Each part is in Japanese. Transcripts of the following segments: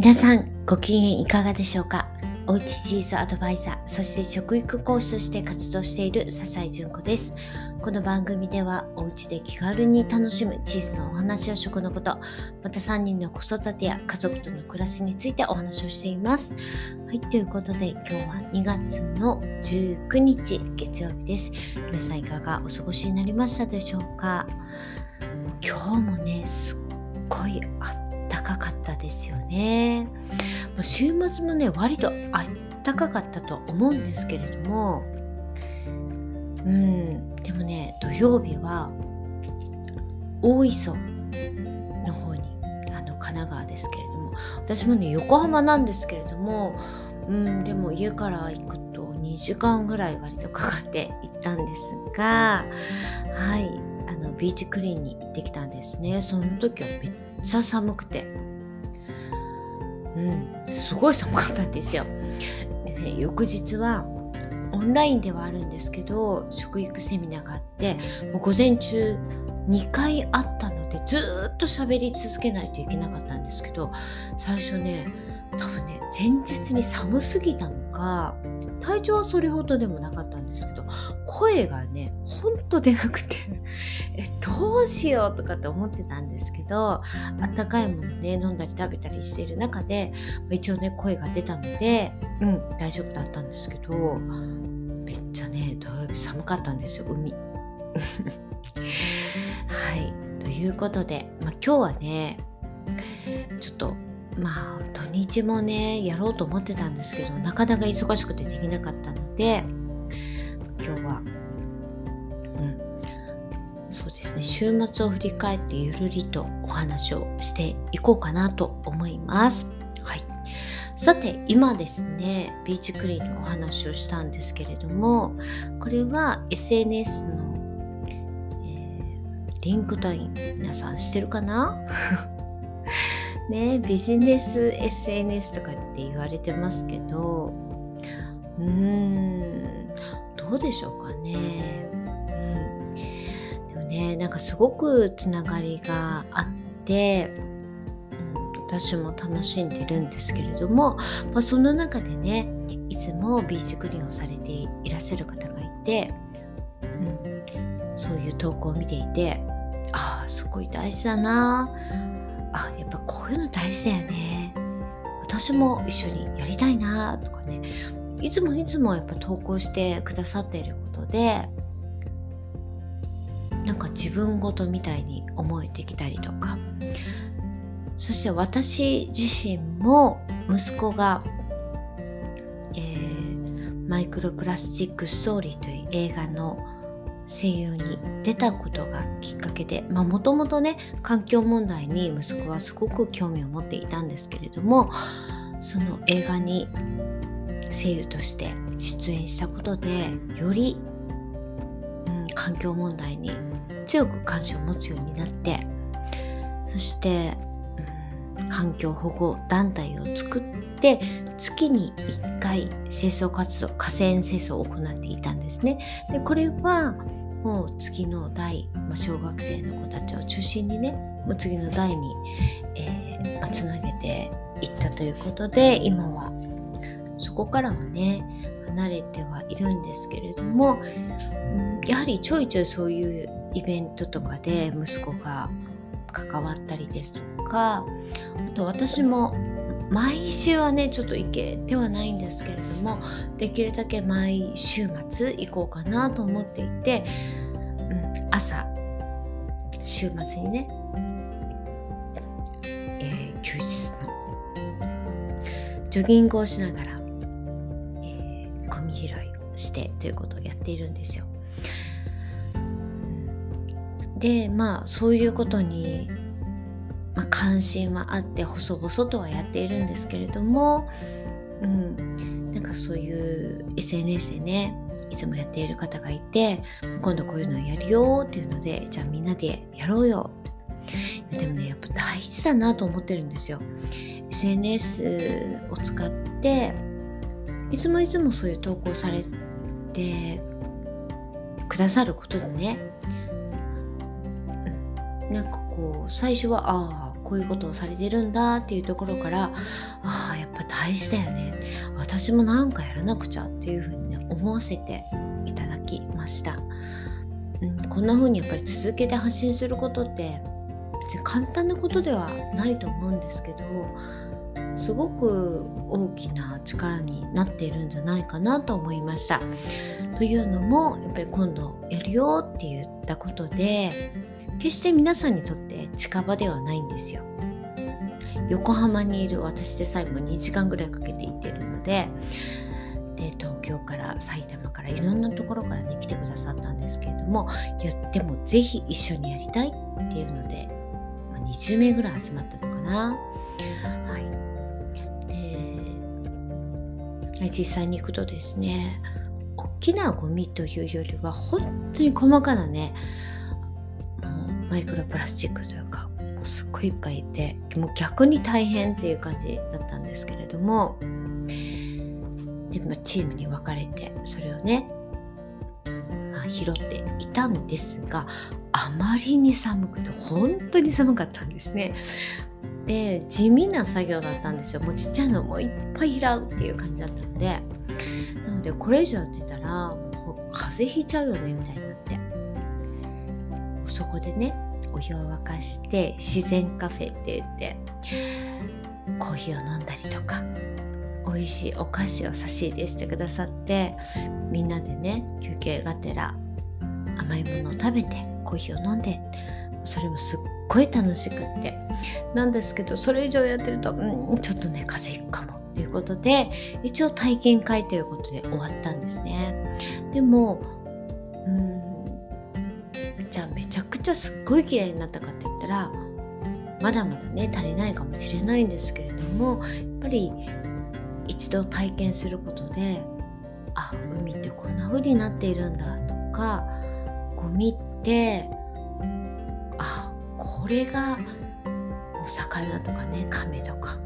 皆さんご機嫌いかがでしょうか。おうちチーズアドバイザー、そして食育講師として活動している笹井純子です。この番組ではおうちで気軽に楽しむチーズのお話や食のこと、また3人の子育てや家族との暮らしについてお話をしています。はい、ということで今日は2月の19日月曜日です。皆さんいかがお過ごしになりましたでしょうか。今日もね、すっごい暖かかったですよね。週末もね、割と暖かかったと思うんですけれども、でもね、土曜日は大磯の方に神奈川ですけれども、私もね横浜なんですけれども、でも家から行くと2時間ぐらい割とかかって行ったんですが、はい、ビーチクリーンに行ってきたんですね。その時はめっちゃ寒くて、すごい寒かったんですよ。でね、翌日はオンラインではあるんですけど、食育セミナーがあって、もう午前中2回あったので、ずっと喋り続けないといけなかったんですけど、最初ね、多分ね、前日に寒すぎたのか、体調はそれほどでもなかったんですけど、声がね、ほんと出なくてどうしようとかって思ってたんですけど、あったかいものね、飲んだり食べたりしている中で、一応ね、声が出たので、大丈夫だったんですけど、めっちゃね、土曜日寒かったんですよ、海。はい、ということで、今日はね、ちょっと土日もねやろうと思ってたんですけど、なかなか忙しくてできなかったので、今日はそうですね、週末を振り返ってゆるりとお話をしていこうかなと思います。はい、さて今ですね、ビーチクリーンのお話をしたんですけれども、これは SNS の、リンクトイン、皆さんしてるかなね、ビジネス SNS とかって言われてますけど、どうでしょうかね。でもね、なんかすごくつながりがあって、私も楽しんでるんですけれども、その中でね、いつもビーチクリーンをされていらっしゃる方がいて、そういう投稿を見ていて、すごい大事だな、やっぱこういうの大事だよね、私も一緒にやりたいなとかね、いつもやっぱ投稿してくださっていることで、なんか自分ごとみたいに思えてきたりとか、そして私自身も息子が、マイクロプラスチックストーリーという映画の声優に出たことがきっかけで、もともとね、環境問題に息子はすごく興味を持っていたんですけれども、その映画に声優として出演したことで、より、環境問題に強く関心を持つようになって、そして、環境保護団体を作って月に1回清掃活動、河川清掃を行っていたんですね。でこれはもう次の代、小学生の子たちを中心にね、もう次の代に、つなげていったということで、今はそこからはね離れてはいるんですけれども、やはりちょいちょいそういうイベントとかで息子が関わったりですとか、あと私も毎週はねちょっと行けてはないんですけれども、できるだけ毎週末行こうかなと思っていて、朝週末にね、休日のジョギングをしながら、ゴミ拾いをしてということをやっているんですよ。でそういうことに、関心はあって細々とはやっているんですけれども、なんかそういう SNS でねいつもやっている方がいて、今度こういうのやるよっていうので、じゃあみんなでやろうよ。でもね、やっぱ大事だなと思ってるんですよ。 SNS を使っていつもそういう投稿されてくださることでね、なんかこう最初はこういうことをされてるんだっていうところから、やっぱ大事だよね、私もなんかやらなくちゃっていうふうにね思わせていただきました。こんな風にやっぱり続けて発信することって別に簡単なことではないと思うんですけど、すごく大きな力になっているんじゃないかなと思いました。というのもやっぱり今度やるよって言ったことで、決して皆さんにとって近場ではないんですよ。横浜にいる私でさえも2時間ぐらいかけて行っているので、東京から埼玉からいろんなところからね来てくださったんですけれども、言ってもぜひ一緒にやりたいっていうので、20名ぐらい集まったのかな。で、実際に行くとですね、大きなゴミというよりは本当に細かなね、マイクロプラスチックというか、もうすっごいいっぱいいて、もう逆に大変っていう感じだったんですけれども、で、チームに分かれてそれをね、拾っていたんですが、あまりに寒くて本当に寒かったんですね。で、地味な作業だったんですよ。もうちっちゃいのもいっぱい拾うっていう感じだったので、なのでこれ以上やってたらもう風邪ひいちゃうよねみたいになって、そこでねお湯を沸かして自然カフェって言ってコーヒーを飲んだりとか、美味しいお菓子を差し入れしてくださって、みんなでね休憩がてら甘いものを食べてコーヒーを飲んで、それもすっごい楽しくってなんですけど、それ以上やってるとちょっとね風邪ひくかもっていうことで、一応体験会ということで終わったんですね。でもじゃあめちゃくちゃすっごい綺麗になったかって言ったら、まだまだね足りないかもしれないんですけれども、やっぱり一度体験することで、海ってこんな風になっているんだとか、ゴミってこれがお魚とかね、亀とか、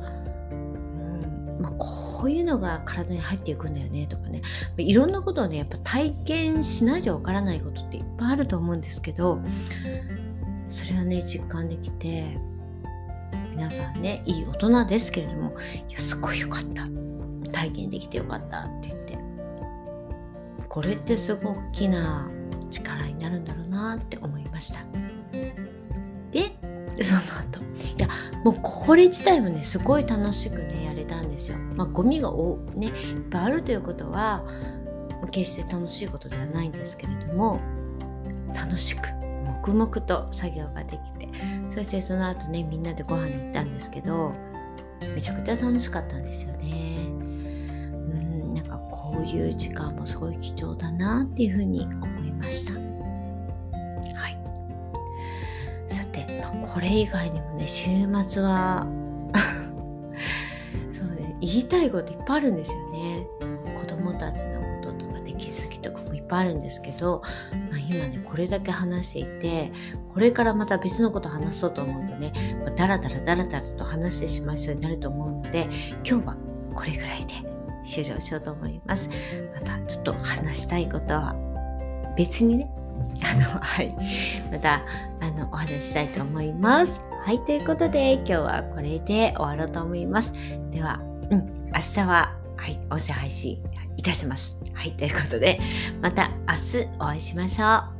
こういうのが体に入っていくんだよねとかね、いろんなことをねやっぱ体験しないとわからないことっていっぱいあると思うんですけど、それをね実感できて、皆さんねいい大人ですけれども、いやすごいよかった、体験できてよかったって言って、これってすごく大きな力になるんだろうなって思いました。でその後、もうこれ自体もねすごい楽しくねやれたんですよ。ゴミがねいっぱいあるということは決して楽しいことではないんですけれども、楽しく黙々と作業ができて、そしてその後ねみんなでご飯に行ったんですけど、めちゃくちゃ楽しかったんですよね。なんかこういう時間もすごい貴重だなっていうふうに思いました。さて、これ以外にもね週末はそうね、言いたいこといっぱいあるんですよね。子供たちのこととかね、気づきとかもいっぱいあるんですけど、今ねこれだけ話していて、これからまた別のこと話そうと思うとね、だらだらと話してしまいそうになると思うので、今日はこれぐらいで終了しようと思います。またちょっと話したいことは別にねまたお話ししたいと思います。ということで今日はこれで終わろうと思います。では、明日は音声配信いたします。ということでまた明日お会いしましょう。